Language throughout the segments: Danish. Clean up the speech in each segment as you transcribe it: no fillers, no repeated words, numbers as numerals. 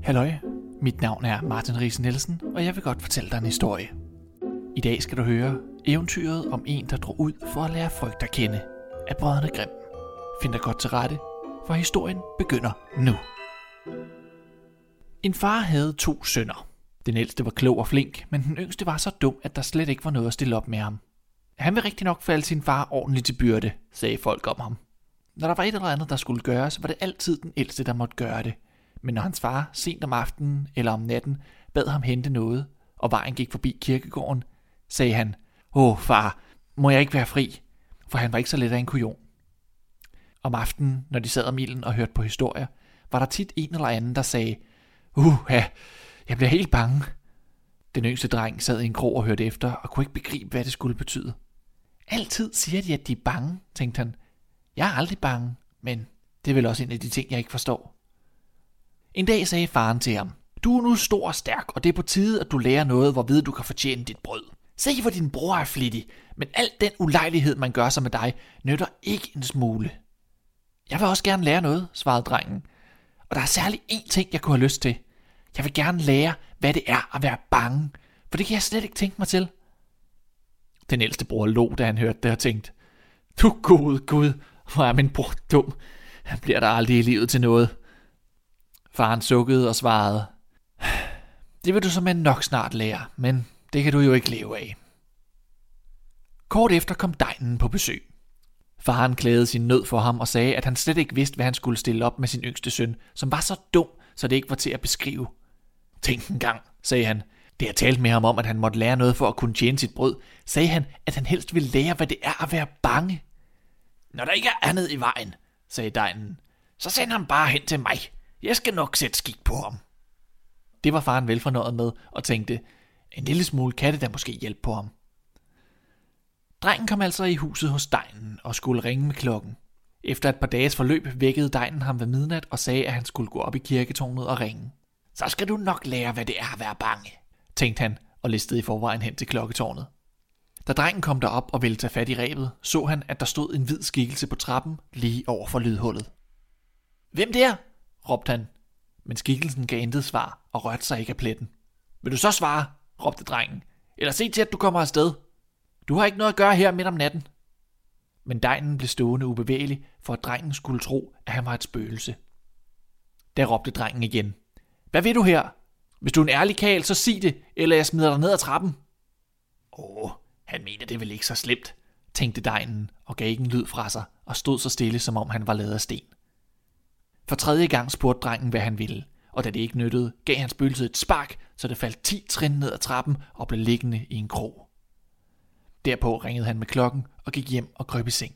Halløj, mit navn er Martin Riese Nielsen, og jeg vil godt fortælle dig en historie. I dag skal du høre eventyret om en, der drog ud for at lære frygt at kende af brødrene Grimm. Find dig godt til rette, for historien begynder nu. En far havde 2 sønner. Den ældste var klog og flink, men den yngste var så dum, at der slet ikke var noget at stille op med ham. Han vil rigtig nok falde sin far ordentligt til byrde, sagde folk om ham. Når der var et eller andet, der skulle gøres, var det altid den ældste, der måtte gøre det. Men når hans far sent om aftenen eller om natten bad ham hente noget, og vejen gik forbi kirkegården, sagde han, far, må jeg ikke være fri? For han var ikke så let af en kujon. Om aftenen, når de sad om ilden og hørte på historier, var der tit en eller anden, der sagde, jeg bliver helt bange. Den yngste dreng sad i en krog og hørte efter, og kunne ikke begribe, hvad det skulle betyde. Altid siger de, at de er bange, tænkte han. Jeg er aldrig bange, men det er vel også en af de ting, jeg ikke forstår. En dag sagde faren til ham, du er nu stor og stærk, og det er på tide, at du lærer noget, hvorved du kan fortjene dit brød. Se, hvor din bror er flittig, men al den ulejlighed, man gør sig med dig, nytter ikke en smule. Jeg vil også gerne lære noget, svarede drengen. Og der er særlig én ting, jeg kunne have lyst til. Jeg vil gerne lære, hvad det er at være bange, for det kan jeg slet ikke tænke mig til. Den ældste bror lå, da han hørte det og tænkte, du Gud, hvor er min bror dum. Han bliver der aldrig i livet til noget. Faren sukkede og svarede, det vil du såmænd nok snart lære, men det kan du jo ikke leve af. Kort efter kom degnen på besøg. Faren klagede sin nød for ham og sagde, at han slet ikke vidste, hvad han skulle stille op med sin yngste søn, som var så dum, så det ikke var til at beskrive. Tænk en gang, sagde han. Da jeg talte med ham om, at han måtte lære noget for at kunne tjene sit brød, sagde han, at han helst ville lære, hvad det er at være bange. Når der ikke er andet i vejen, sagde degnen, så send ham bare hen til mig. Jeg skal nok sætte skik på ham. Det var faren velfornøjet med og tænkte, en lille smule kan det da måske hjælpe på ham. Drengen kom altså i huset hos degnen og skulle ringe med klokken. Efter et par dages forløb vækkede degnen ham ved midnat og sagde, at han skulle gå op i kirketårnet og ringe. Så skal du nok lære, hvad det er at være bange, tænkte han og listede i forvejen hen til klokketårnet. Da drengen kom derop og ville tage fat i rebet, så han, at der stod en hvid skikkelse på trappen lige over for lydhullet. Hvem der? råbte han, men skikkelsen gav intet svar og rørte sig ikke af pletten. Vil du så svare? råbte drengen. Eller se til, at du kommer afsted. Du har ikke noget at gøre her midt om natten. Men degnen blev stående ubevægelig, for at drengen skulle tro, at han var et spøgelse. Der råbte drengen igen. Hvad vil du her? Hvis du er en ærlig karl, så sig det, eller jeg smider dig ned ad trappen. Han mente det vel ikke så slemt, tænkte degnen og gav ikke en lyd fra sig og stod så stille, som om han var lavet af sten. For 3. gang spurgte drengen, hvad han ville, og da det ikke nyttede, gav han spøgelset et spark, så det faldt 10 trin ned ad trappen og blev liggende i en krog. Derpå ringede han med klokken og gik hjem og krøb i seng.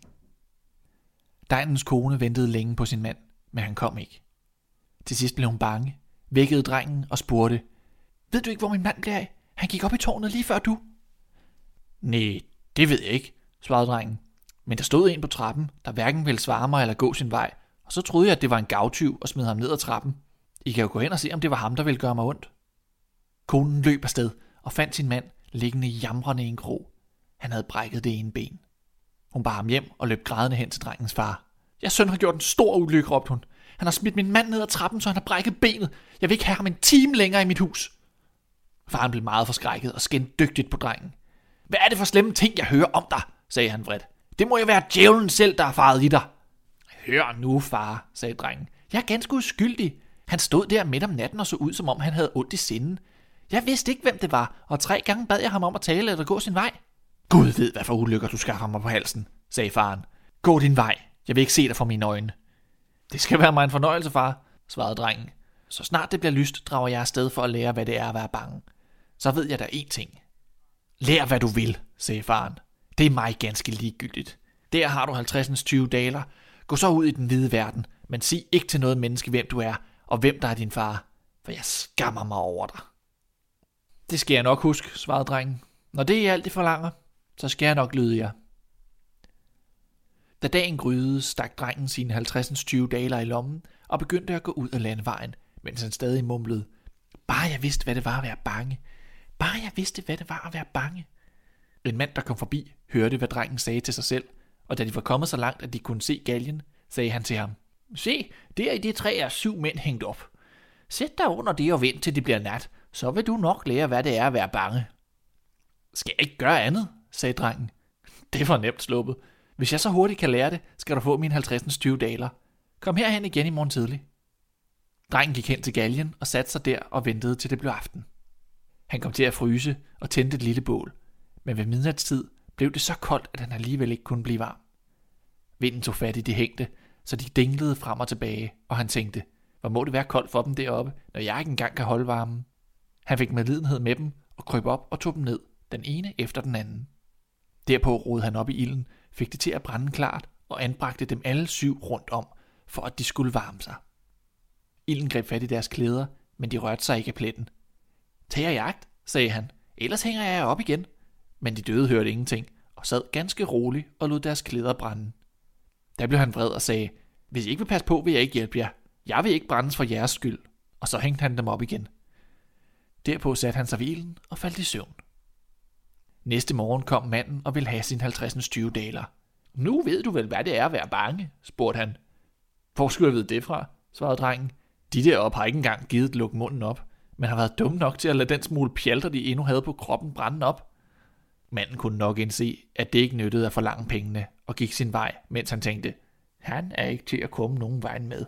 Degnens kone ventede længe på sin mand, men han kom ikke. Til sidst blev hun bange, vækkede drengen og spurgte, ved du ikke, hvor min mand bliver af? Han gik op i tårnet lige før du. Nej, det ved jeg ikke, svarede drengen. Men der stod en på trappen, der hverken ville svare mig eller gå sin vej, og så troede jeg, at det var en gavtyv og smed ham ned ad trappen. I kan jo gå hen og se, om det var ham, der ville gøre mig ondt. Konen løb afsted og fandt sin mand liggende jamrende i en krog. Han havde brækket det ene ben. Hun bar ham hjem og løb grædende hen til drengens far. Jeres søn har gjort en stor ulykke, råbte hun. Han har smidt min mand ned ad trappen, så han har brækket benet. Jeg vil ikke have ham en time længere i mit hus. Faren blev meget forskrækket og skændte dygtigt på drengen. Hvad er det for slemme ting, jeg hører om dig, sagde han vredt. Det må jo være djævlen selv, der er faret i dig. Hør nu, far, sagde drengen. Jeg er ganske uskyldig. Han stod der midt om natten og så ud, som om han havde ondt i sinden. Jeg vidste ikke, hvem det var, og 3 gange bad jeg ham om at tale eller gå sin vej. Gud ved, hvad for ulykker du skaffer mig på halsen, sagde faren. Gå din vej. Jeg vil ikke se dig for mine øjne. Det skal være mig en fornøjelse, far, svarede drengen. Så snart det bliver lyst, drager jeg afsted for at lære, hvad det er at være bange. Så ved jeg da én ting. Lær, hvad du vil, sagde faren. Det er mig ganske ligegyldigt. Der har du 50 20 daler. Gå så ud i den hvide verden, men sig ikke til noget menneske, hvem du er, og hvem der er din far, for jeg skammer mig over dig. Det skal jeg nok huske, svarede drengen. Når det er alt, det forlanger, så skal jeg nok lyde jer. Da dagen gryede, stak drengen sine 50 20 daler i lommen og begyndte at gå ud af landevejen, mens han stadig mumlede. Bare jeg vidste, hvad det var at være bange. Bare jeg vidste, hvad det var at være bange. En mand, der kom forbi, hørte, hvad drengen sagde til sig selv, og da de var kommet så langt, at de kunne se galgen, sagde han til ham. Se, der i det træ er 7 mænd hængt op. Sæt dig under det og vent til det bliver nat, så vil du nok lære, hvad det er at være bange. Skal jeg ikke gøre andet, sagde drengen. Det var nemt sluppet. Hvis jeg så hurtigt kan lære det, skal du få min 50. daler. Kom herhen igen i morgen tidlig. Drengen gik hen til galgen og satte sig der og ventede til det blev aften. Han kom til at fryse og tændte et lille bål, men ved midnatstid blev det så koldt, at han alligevel ikke kunne blive varm. Vinden tog fat i de hængte, så de dinglede frem og tilbage, og han tænkte, hvor må det være koldt for dem deroppe, når jeg ikke engang kan holde varmen. Han fik medlidenhed med dem og krøb op og tog dem ned, den ene efter den anden. Derpå rodede han op i ilden, fik det til at brænde klart og anbragte dem alle 7 rundt om, for at de skulle varme sig. Ilden greb fat i deres klæder, men de rørte sig ikke af pletten. Tag jer jagt, sagde han, ellers hænger jeg op igen. Men de døde hørte ingenting og sad ganske roligt og lod deres klæder brænde. Da blev han vred og sagde, hvis I ikke vil passe på, vil jeg ikke hjælpe jer. Jeg vil ikke brændes for jeres skyld. Og så hængte han dem op igen. Derpå satte han sig ved ilden og faldt i søvn. Næste morgen kom manden og ville have sin 50. daler. Nu ved du vel, hvad det er at være bange, spurgte han. Hvor skulle jeg vide det fra, svarede drengen. De deroppe har ikke engang givet lukke munden op, men har været dumme nok til at lade den smule pjalter, de endnu havde på kroppen, brænde op. Manden kunne nok indse, at det ikke nyttede at forlange pengene, og gik sin vej, mens han tænkte, han er ikke til at komme nogen vej med.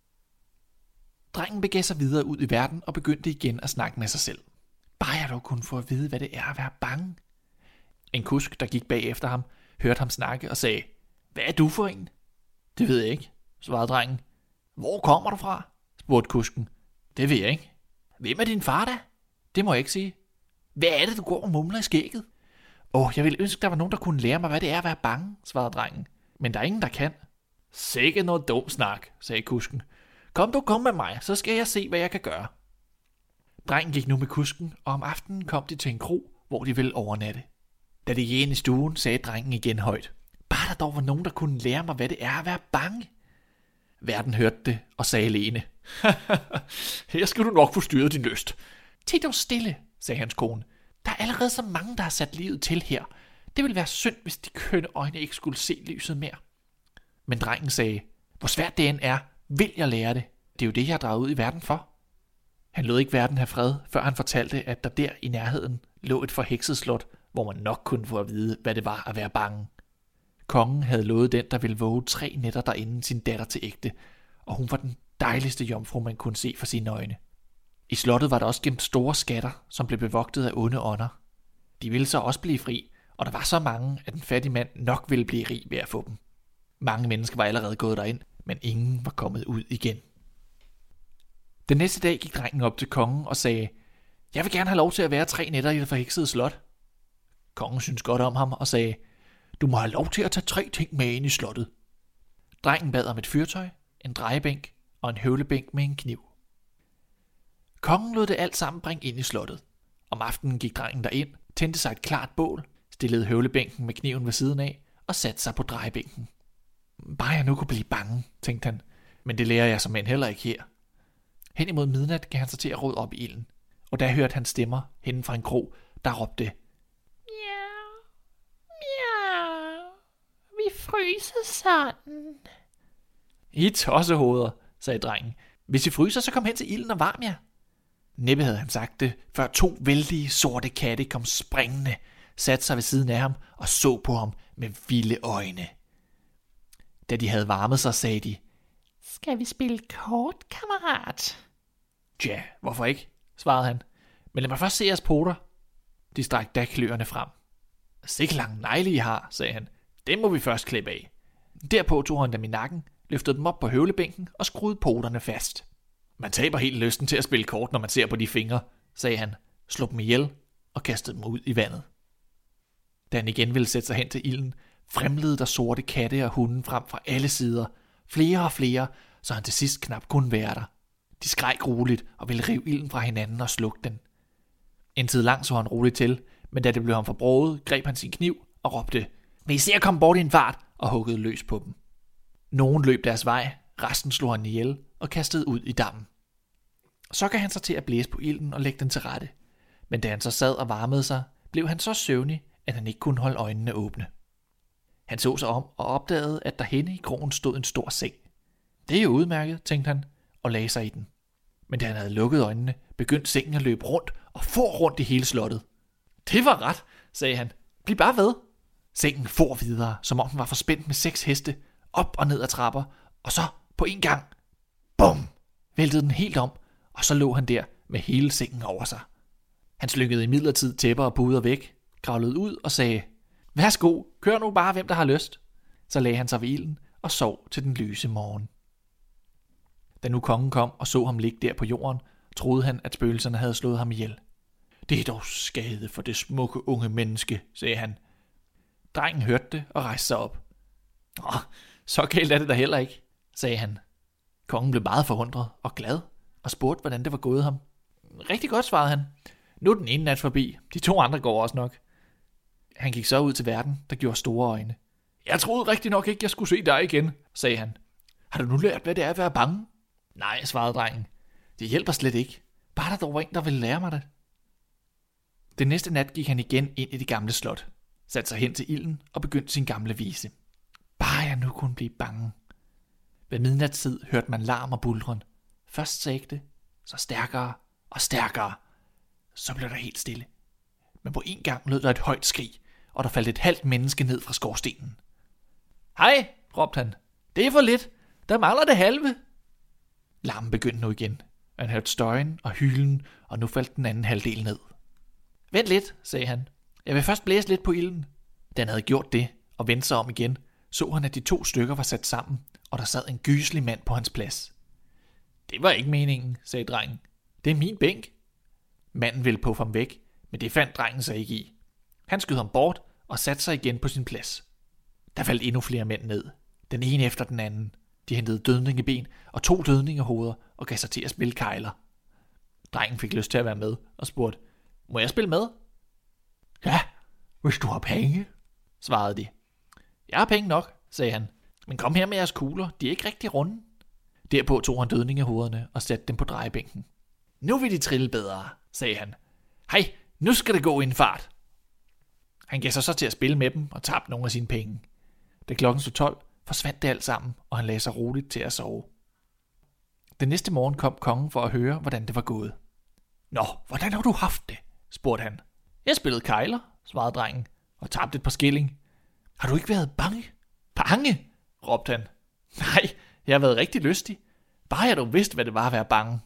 Drengen begav sig videre ud i verden og begyndte igen at snakke med sig selv. Bare jeg dog kunne få at vide, hvad det er at være bange. En kusk, der gik bag efter ham, hørte ham snakke og sagde, hvad er du for en? Det ved jeg ikke, svarede drengen. Hvor kommer du fra? Spurgte kusken. Det ved jeg ikke. Hvem er din far da? Det må jeg ikke sige. Hvad er det, du går og mumler i skægget? Jeg ville ønske, der var nogen, der kunne lære mig, hvad det er at være bange, svarede drengen. Men der er ingen, der kan. Sikke noget dum snak, sagde kusken. Kom med mig, så skal jeg se, hvad jeg kan gøre. Drengen gik nu med kusken, og om aftenen kom de til en kro, hvor de ville overnatte. Da de gik ind i stuen, sagde drengen igen højt. Bare der dog var nogen, der kunne lære mig, hvad det er at være bange. Verden hørte det og sagde alene. Her skal du nok få styret din lyst. Tid dog stille, sagde hans kone. Der er allerede så mange, der har sat livet til her. Det ville være synd, hvis de kønne øjne ikke skulle se lyset mere. Men drengen sagde, hvor svært det end er, vil jeg lære det. Det er jo det, jeg har draget ud i verden for. Han lod ikke verden have fred, før han fortalte, at der der i nærheden lå et forhekset slot, hvor man nok kunne få at vide, hvad det var at være bange. Kongen havde lovet den, der ville våge 3 nætter derinde sin datter til ægte, og hun var den dejligste jomfru, man kunne se for sine øjne. I slottet var der også gemt store skatter, som blev bevogtet af onde ånder. De ville så også blive fri, og der var så mange, at den fattige mand nok ville blive rig ved at få dem. Mange mennesker var allerede gået derind, men ingen var kommet ud igen. Den næste dag gik drengen op til kongen og sagde, jeg vil gerne have lov til at være 3 nætter i det forheksede slot. Kongen syntes godt om ham og sagde, du må have lov til at tage 3 ting med ind i slottet. Drengen bad om et fyrtøj, en drejebænk og en høvlebænk med en kniv. Kongen lod det alt sammen bringe ind i slottet. Om aftenen gik drengen derind, tændte sig et klart bål, stillede høvlebænken med kniven ved siden af og satte sig på drejebænken. Bare jeg nu kunne blive bange, tænkte han, men det lærer jeg som end heller ikke her. Hen imod midnat gav han sig til at råde op i ilden, og der hørte han stemmer henne fra en krog, der råbte, miau, miau, vi fryser sådan. I tossehoveder, sagde drengen. Hvis I fryser, så kom hen til ilden og varm jer. Næppe havde han sagt det, før 2 vældige sorte katte kom springende, satte sig ved siden af ham og så på ham med vilde øjne. Da de havde varmet sig, sagde de, skal vi spille kort, kammerat? Tja, hvorfor ikke, svarede han. Men lad mig først se jeres poter. De strakte da kløerne frem. Sikke lang negle I har, sagde han. Det må vi først klippe af. Derpå tog han dem i nakken, løftede dem op på høvlebænken og skruede poterne fast. Man taber helt lysten til at spille kort, når man ser på de fingre, sagde han, slog dem ihjel og kastede dem ud i vandet. Da han igen ville sætte sig hen til ilden, fremlede der sorte katte og hunden frem fra alle sider, flere og flere, så han til sidst knap kunne være der. De skreg roligt og ville rive ilden fra hinanden og slukke den. En tid lang så han roligt til, men da det blev ham for broget, greb han sin kniv og råbte, vil I se at komme bort i en fart, og huggede løs på dem. Nogen løb deres vej, resten slog han ihjel og kastede ud i dammen. Så gav han sig til at blæse på ilden og lægge den til rette, men da han så sad og varmede sig, blev han så søvnig, at han ikke kunne holde øjnene åbne. Han så sig om og opdagede, at derhenne i krogen stod en stor seng. Det er jo udmærket, tænkte han, og lagde sig i den. Men da han havde lukket øjnene, begyndte sengen at løbe rundt og for rundt i hele slottet. Det var ret, sagde han. Bliv bare ved. Sengen for videre, som om den var forspændt med 6 heste, op og ned ad trapper, og så på en gang, bum, væltede den helt om, og så lå han der med hele sengen over sig. Han slyngede imidlertid tæpper og puder væk, kravlede ud og sagde, værsgo, kør nu bare, hvem der har lyst. Så lagde han sig ved ilden og sov til den lyse morgen. Da nu kongen kom og så ham ligge der på jorden, troede han, at spøgelserne havde slået ham ihjel. Det er dog skade for det smukke unge menneske, sagde han. Drengen hørte det og rejste sig op. Så galt er det da heller ikke, sagde han. Kongen blev meget forundret og glad og spurgte, hvordan det var gået ham. Rigtig godt, svarede han. Nu er den ene nat forbi, de 2 andre går også nok. Han gik så ud til verden, der gjorde store øjne. Jeg troede rigtig nok ikke, jeg skulle se dig igen, sagde han. Har du nu lært, hvad det er at være bange? Nej, svarede drengen. Det hjælper slet ikke. Bare der dog var en, der ville lære mig det. Den næste nat gik han igen ind i det gamle slot, satte sig hen til ilden og begyndte sin gamle vise. Bare jeg nu kunne blive bange. Ved midnatstid hørte man larm og buldren. Først sagte, så stærkere og stærkere. Så blev der helt stille. Men på en gang lød der et højt skrig, og der faldt et halvt menneske ned fra skorstenen. Hej, råbte han. Det er for lidt. Der mangler det halve. Larmen begyndte nu igen. Han hørte støjen og hylen, og nu faldt den anden halvdel ned. Vent lidt, sagde han. Jeg vil først blæse lidt på ilden. Da han havde gjort det og vendte sig om igen, så han, at de 2 stykker var sat sammen, og der sad en gyselig mand på hans plads. Det var ikke meningen, sagde drengen. Det er min bænk. Manden ville puffe ham væk, men det fandt drengen sig ikke i. Han skød ham bort og satte sig igen på sin plads. Der faldt endnu flere mænd ned, den ene efter den anden. De hentede dødningeben og 2 dødningehoveder og gav sig til at spille kejler. Drengen fik lyst til at være med og spurgte, må jeg spille med? Ja, hvis du har penge, svarede de. Jeg har penge nok, sagde han, men kom her med jeres kugler, de er ikke rigtig runde. Derpå tog han dødningehovederne og satte dem på drejebænken. Nu vil de trille bedre, sagde han. Hej, nu skal det gå i en fart. Han gav sig så til at spille med dem og tabte nogle af sine penge. Da klokken stod 12, forsvandt det alt sammen, og han lagde sig roligt til at sove. Den næste morgen kom kongen for at høre, hvordan det var gået. Nå, hvordan har du haft det? Spurgte han. Jeg spillede kejler, svarede drengen, og tabte et par skilling. Har du ikke været bange? Bange? Råbte han. Nej, jeg har været rigtig lystig. Bare jeg dog vidste, hvad det var at være bange.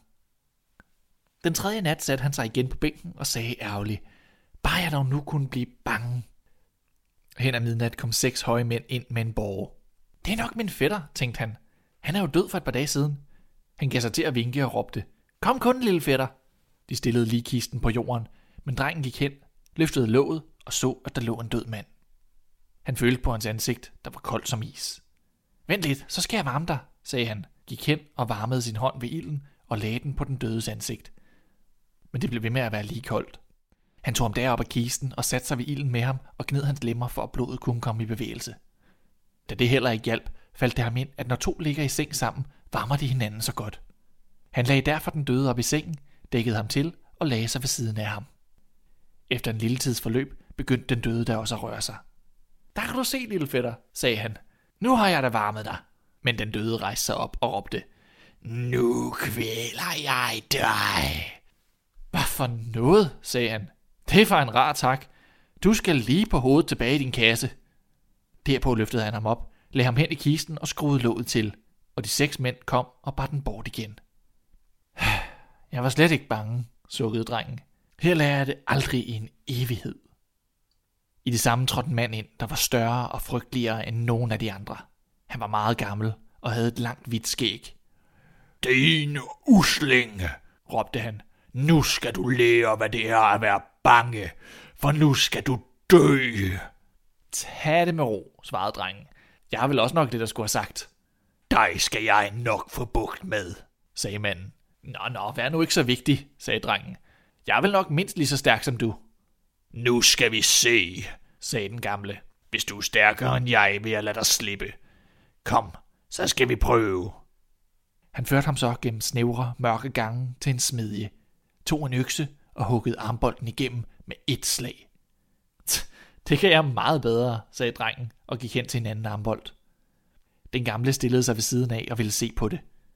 Den 3. nat satte han sig igen på bænken og sagde ærgerligt, bare jeg dog nu kunne blive bange. Hen ad midnat kom 6 høje mænd ind med en borge. Det er nok min fætter, tænkte han. Han er jo død for et par dage siden. Han gav sig til at vinke og råbte, kom kun, lille fætter. De stillede ligkisten på jorden, men drengen gik hen, løftede låget og så, at der lå en død mand. Han følte på hans ansigt, der var koldt som is. Vent lidt, så skal jeg varme dig, sagde han, gik hen og varmede sin hånd ved ilden og lagde den på den dødes ansigt. Men det blev ved med at være lige koldt. Han tog ham derop af kisten og satte sig ved ilden med ham og gned hans lemmer, for at blodet kunne komme i bevægelse. Da det heller ikke hjalp, faldt det ham ind, at når 2 ligger i seng sammen, varmer de hinanden så godt. Han lagde derfor den døde op i sengen, dækkede ham til og lagde sig ved siden af ham. Efter en lille tids forløb begyndte den døde der også at røre sig. Der kan du se, lille fætter, sagde han. Nu har jeg da varmet dig. Men den døde rejste sig op og råbte, nu kvæler jeg dig. Hvad for noget, sagde han. Det var en rar tak. Du skal lige på hovedet tilbage i din kasse. Derpå løftede han ham op, lagde ham hen i kisten og skruede låget til, og de 6 mænd kom og bar den bort igen. Jeg var slet ikke bange, sukkede drengen. Her lærer jeg det aldrig i en evighed. I det samme trådte en mand ind, der var større og frygteligere end nogen af de andre. Han var meget gammel og havde et langt hvidt skæg. Din uslinge, råbte han. Nu skal du lære, hvad det er at være bange, for nu skal du dø. Tag det med ro, svarede drengen. Jeg har vel også nok det, der skulle have sagt. Dig skal jeg nok få bugt med, sagde manden. Nå, vær nu ikke så vigtig, sagde drengen. Jeg er vel nok mindst lige så stærk som du. Nu skal vi se, sagde den gamle. Hvis du er stærkere end jeg, vil jeg lade dig slippe. Kom, så skal vi prøve. Han førte ham så gennem snævre, mørke gange til en smedje, tog en økse og huggede armbolden igennem med et slag. Det kan jeg meget bedre, sagde drengen og gik hen til en anden armbold. Den gamle stillede sig ved siden af og ville se på det,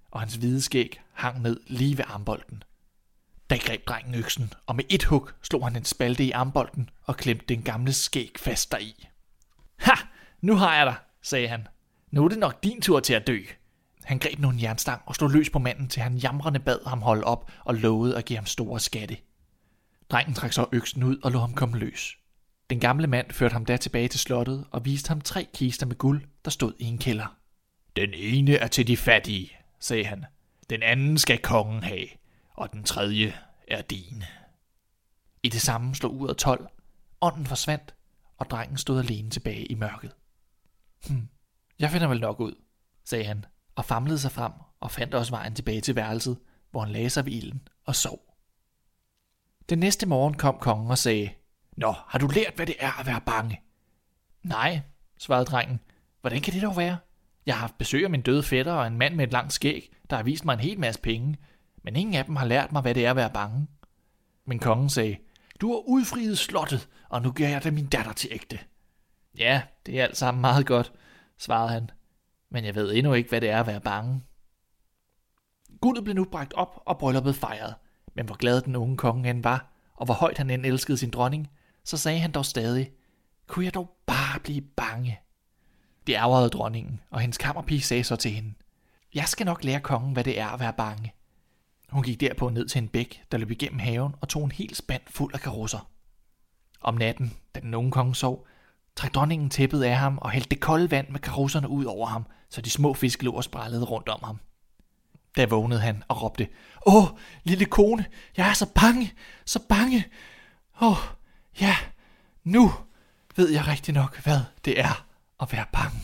og hans hvide skæg hang ned lige ved armbolden. Da greb drengen øksen, og med et hug slog han en spalte i armbolden og klemte den gamle skæg fast deri. Ha! Nu har jeg dig, sagde han. Nu er det nok din tur til at dø. Han greb nu en jernstang og slog løs på manden, til han jamrende bad ham holde op og lovede at give ham store skatte. Drengen trak så øksen ud og lod ham komme løs. Den gamle mand førte ham da tilbage til slottet og viste ham 3 kister med guld, der stod i en kælder. Den ene er til de fattige, sagde han. Den anden skal kongen have, og den tredje er din. I det samme slog uret 12, ånden forsvandt, og drengen stod alene tilbage i mørket. Jeg finder vel nok ud, sagde han, og famlede sig frem og fandt også vejen tilbage til værelset, hvor han lagde sig ved ilden og sov. Den næste morgen kom kongen og sagde, Nå, har du lært, hvad det er at være bange? Nej, svarede drengen. Hvordan kan det dog være? Jeg har haft besøg af min døde fætter og en mand med et langt skæg, der har vist mig en hel masse penge, men ingen af dem har lært mig, hvad det er at være bange. Men kongen sagde, du har udfriet slottet, og nu giver jeg dig min datter til ægte. Ja, det er alt sammen meget godt, svarede han, men jeg ved endnu ikke, hvad det er at være bange. Guldet blev nu bragt op, og brylluppet fejret, men hvor glad den unge konge end var, og hvor højt han end elskede sin dronning, så sagde han dog stadig, kunne jeg dog bare blive bange? Det ærgerede dronningen, og hendes kammerpige sagde så til hende, jeg skal nok lære kongen, hvad det er at være bange. Hun gik derpå ned til en bæk, der løb igennem haven og tog en hel spand fuld af karosser. Om natten, da den unge konge sov, trak dronningen tæppet af ham og hældte det kolde vand med karosserne ud over ham, så de små fisk lå og sprællede rundt om ham. Da vågnede han og råbte, lille kone, jeg er så bange, så bange. Ja, nu ved jeg rigtig nok, hvad det er at være bange.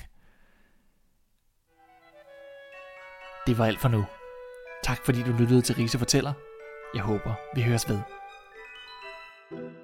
Det var alt for nu. Tak fordi du lyttede til Rise Fortæller. Jeg håber, vi høres ved.